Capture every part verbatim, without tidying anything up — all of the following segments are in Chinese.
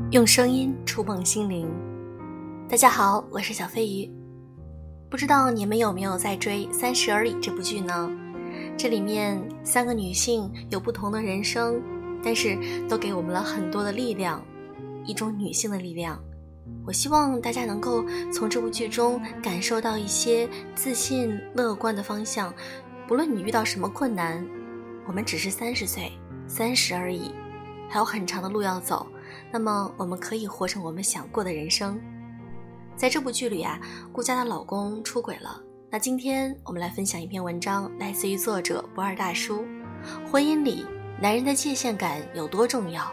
用声音触碰心灵。大家好，我是小飞鱼。不知道你们有没有在追《三十而已》这部剧呢？这里面三个女性有不同的人生，但是都给我们了很多的力量，一种女性的力量。我希望大家能够从这部剧中感受到一些自信乐观的方向。不论你遇到什么困难，我们只是三十岁，三十而已，还有很长的路要走，那么我们可以活成我们想过的人生。在这部剧里啊，顾佳的老公出轨了。那今天我们来分享一篇文章，来自于作者不二大叔。婚姻里男人的界限感有多重要？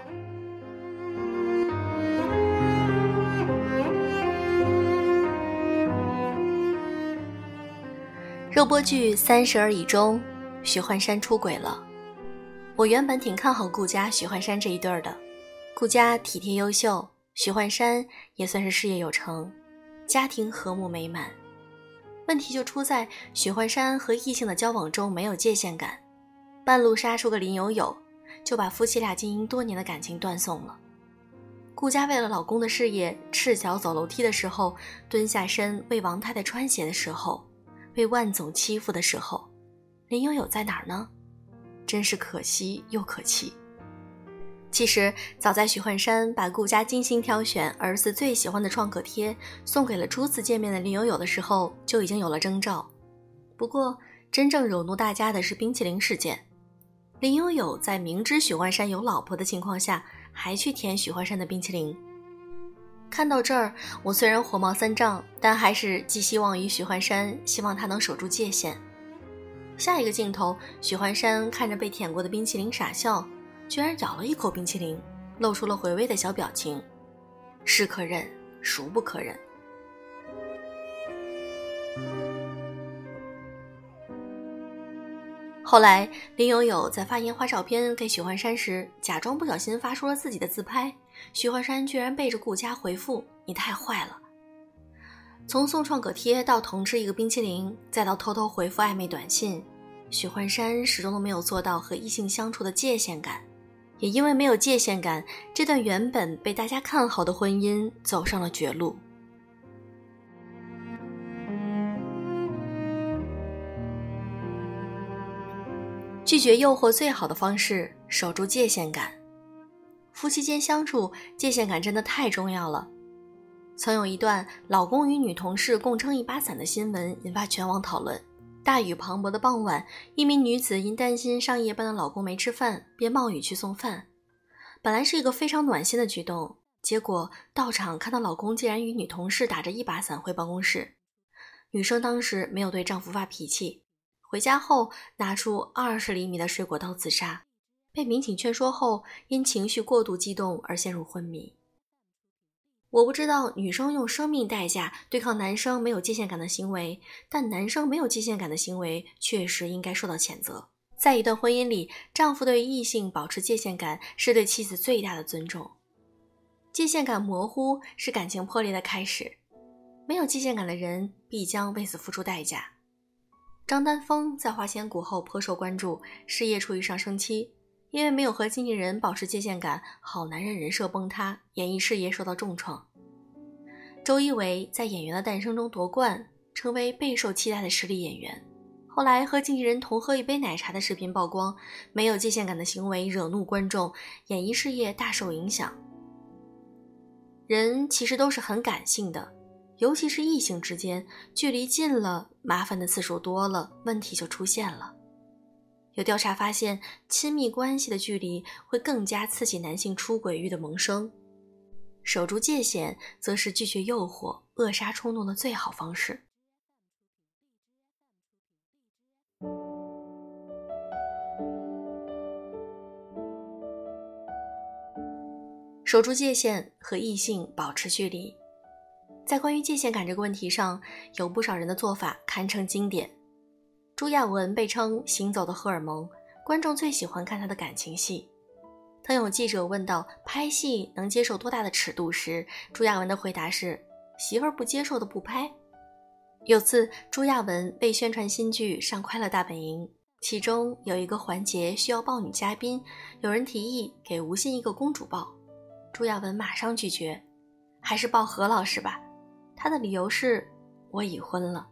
热播剧《三十而已》中，许幻山出轨了。我原本挺看好顾佳、许幻山这一对儿的。顾佳体贴优秀，许幻山也算是事业有成，家庭和睦美满。问题就出在许幻山和异性的交往中没有界限感，半路杀出个林有有，就把夫妻俩经营多年的感情断送了。顾佳为了老公的事业，赤脚走楼梯的时候，蹲下身为王太太穿鞋的时候，被万总欺负的时候，林有有在哪儿呢？真是可惜又可气。其实早在许幻山把顾佳精心挑选儿子最喜欢的创可贴送给了初次见面的林有有的时候，就已经有了征兆。不过真正惹怒大家的是冰淇淋事件。林有有在明知许幻山有老婆的情况下，还去舔许幻山的冰淇淋。看到这儿，我虽然火冒三丈，但还是寄希望于许幻山，希望他能守住界限。下一个镜头，许幻山看着被舔过的冰淇淋傻笑，居然咬了一口冰淇淋，露出了回味的小表情。是可忍，孰不可忍。后来林有有在发烟花照片给许幻山时，假装不小心发出了自己的自拍，许幻山居然背着顾佳回复：你太坏了。从送创可贴到同吃一个冰淇淋，再到偷偷回复暧昧短信，许幻山始终都没有做到和异性相处的界限感。也因为没有界限感，这段原本被大家看好的婚姻走上了绝路。拒绝诱惑最好的方式，守住界限感。夫妻间相处，界限感真的太重要了。曾有一段老公与女同事共撑一把伞的新闻引发全网讨论。大雨磅礴的傍晚，一名女子因担心上夜班的老公没吃饭，便冒雨去送饭。本来是一个非常暖心的举动，结果到场看到老公竟然与女同事打着一把伞回办公室。女生当时没有对丈夫发脾气，回家后拿出二十厘米的水果刀自杀，被民警劝说后因情绪过度激动而陷入昏迷。我不知道女生用生命代价对抗男生没有界限感的行为，但男生没有界限感的行为确实应该受到谴责。在一段婚姻里，丈夫对异性保持界限感是对妻子最大的尊重。界限感模糊是感情破裂的开始，没有界限感的人必将为此付出代价。张丹峰在花千骨后颇受关注，事业处于上升期，因为没有和经纪人保持界限感，好男人人设崩塌，演艺事业受到重创。周一围在《演员的诞生》中夺冠，成为备受期待的实力演员。后来和经纪人同喝一杯奶茶的视频曝光，没有界限感的行为惹怒观众，演艺事业大受影响。人其实都是很感性的，尤其是异性之间，距离近了，麻烦的次数多了，问题就出现了。有调查发现，亲密关系的距离会更加刺激男性出轨欲的萌生。守住界限，则是拒绝诱惑、扼杀冲动的最好方式。守住界限，和异性保持距离。在关于界限感这个问题上，有不少人的做法堪称经典。朱亚文被称行走的荷尔蒙，观众最喜欢看他的感情戏。当有记者问到拍戏能接受多大的尺度时，朱亚文的回答是：媳妇儿不接受的不拍。有次朱亚文被宣传新剧上快乐大本营，其中有一个环节需要抱女嘉宾，有人提议给吴昕一个公主抱。 朱亚文马上拒绝，还是报何老师吧，他的理由是我已婚了。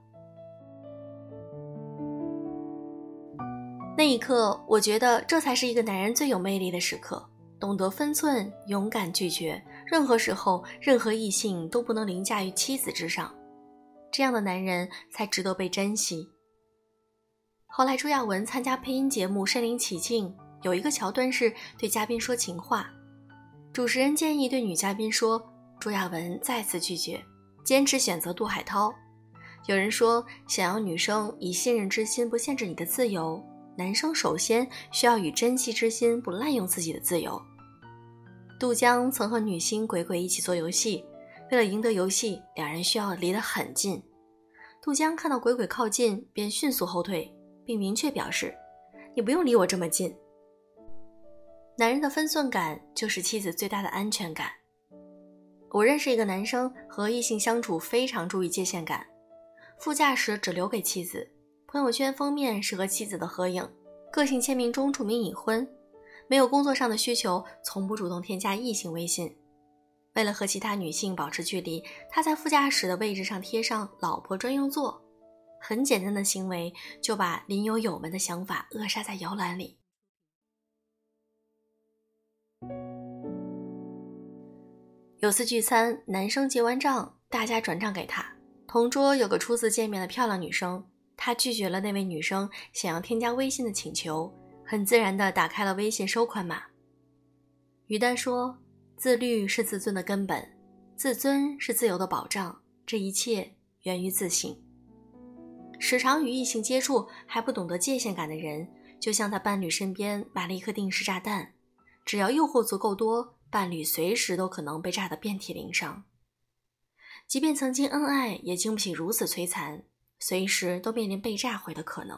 那一刻，我觉得这才是一个男人最有魅力的时刻，懂得分寸，勇敢拒绝，任何时候任何异性都不能凌驾于妻子之上，这样的男人才值得被珍惜。后来朱亚文参加配音节目身临其境，有一个桥段是对嘉宾说情话，主持人建议对女嘉宾说，朱亚文再次拒绝，坚持选择杜海涛。有人说，想要女生以信任之心不限制你的自由，男生首先需要以珍惜之心不滥用自己的自由。杜江曾和女星鬼鬼一起做游戏，为了赢得游戏，两人需要离得很近。杜江看到鬼鬼靠近，便迅速后退，并明确表示，你不用离我这么近。男人的分寸感就是妻子最大的安全感。我认识一个男生，和异性相处非常注意界限感，副驾驶只留给妻子，朋友圈封面是和妻子的合影，个性签名中注明已婚，没有工作上的需求，从不主动添加异性微信。为了和其他女性保持距离，他在副驾驶的位置上贴上老婆专用座，很简单的行为就把林有友们的想法扼杀在摇篮里。有次聚餐，男生结完账，大家转账给他，同桌有个初次见面的漂亮女生，他拒绝了那位女生想要添加微信的请求，很自然地打开了微信收款码。于丹说，自律是自尊的根本，自尊是自由的保障，这一切源于自信。时常与异性接触还不懂得界限感的人，就像在伴侣身边买了一颗定时炸弹，只要诱惑足够多，伴侣随时都可能被炸得遍体鳞伤。即便曾经恩爱，也经不起如此摧残，随时都面临被炸毁的可能。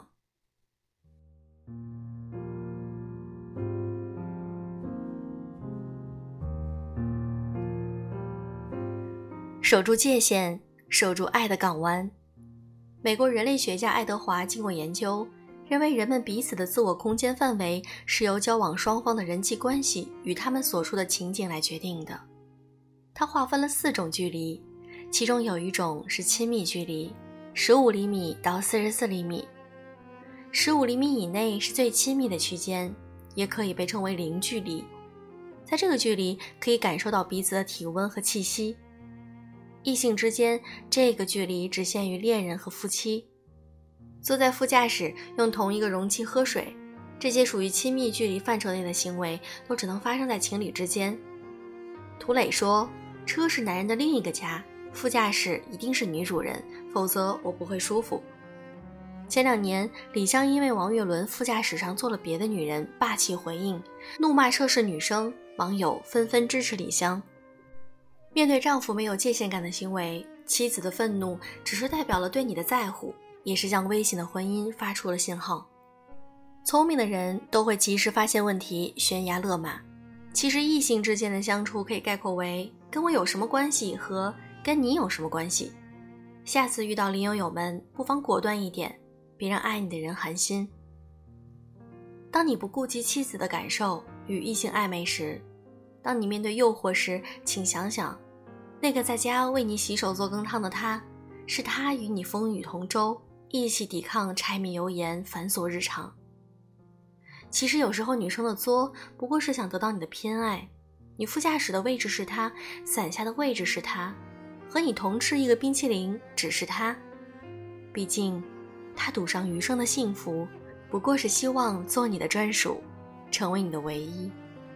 守住界限，守住爱的港湾。美国人类学家爱德华经过研究，认为人们彼此的自我空间范围是由交往双方的人际关系与他们所处的情景来决定的。他划分了四种距离，其中有一种是亲密距离，十五厘米到四十四厘米。十五厘米以内是最亲密的区间，也可以被称为零距离。在这个距离可以感受到彼此的体温和气息。异性之间，这个距离只限于恋人和夫妻。坐在副驾驶用同一个容器喝水，这些属于亲密距离范畴内的行为都只能发生在情侣之间。涂磊说，车是男人的另一个家，副驾驶一定是女主人，否则我不会舒服。前两年，李湘因为王岳伦副驾驶上坐了别的女人，霸气回应，怒骂涉事女生，网友纷纷支持李湘。面对丈夫没有界限感的行为，妻子的愤怒只是代表了对你的在乎，也是向危险的婚姻发出了信号。聪明的人都会及时发现问题，悬崖勒马。其实异性之间的相处可以概括为跟我有什么关系和跟你有什么关系。下次遇到林友友们，不妨果断一点，别让爱你的人寒心。当你不顾及妻子的感受，与异性暧昧时，当你面对诱惑时，请想想那个在家为你洗手做羹汤的他，是他与你风雨同舟，一起抵抗柴米油盐繁琐日常。其实有时候女生的作不过是想得到你的偏爱，你副驾驶的位置是他，伞下的位置是他，和你同吃一个冰淇淋只是他。毕竟他赌上余生的幸福，不过是希望做你的专属，成为你的唯一。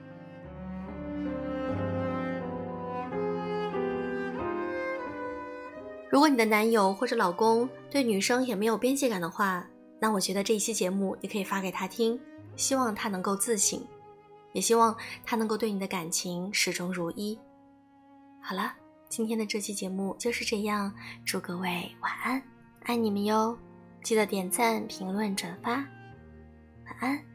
如果你的男友或者老公对女生也没有边界感的话，那我觉得这一期节目你可以发给他听，希望他能够自省，也希望他能够对你的感情始终如一。好了，今天的这期节目就是这样，祝各位晚安，爱你们哟，记得点赞、评论、转发，晚安。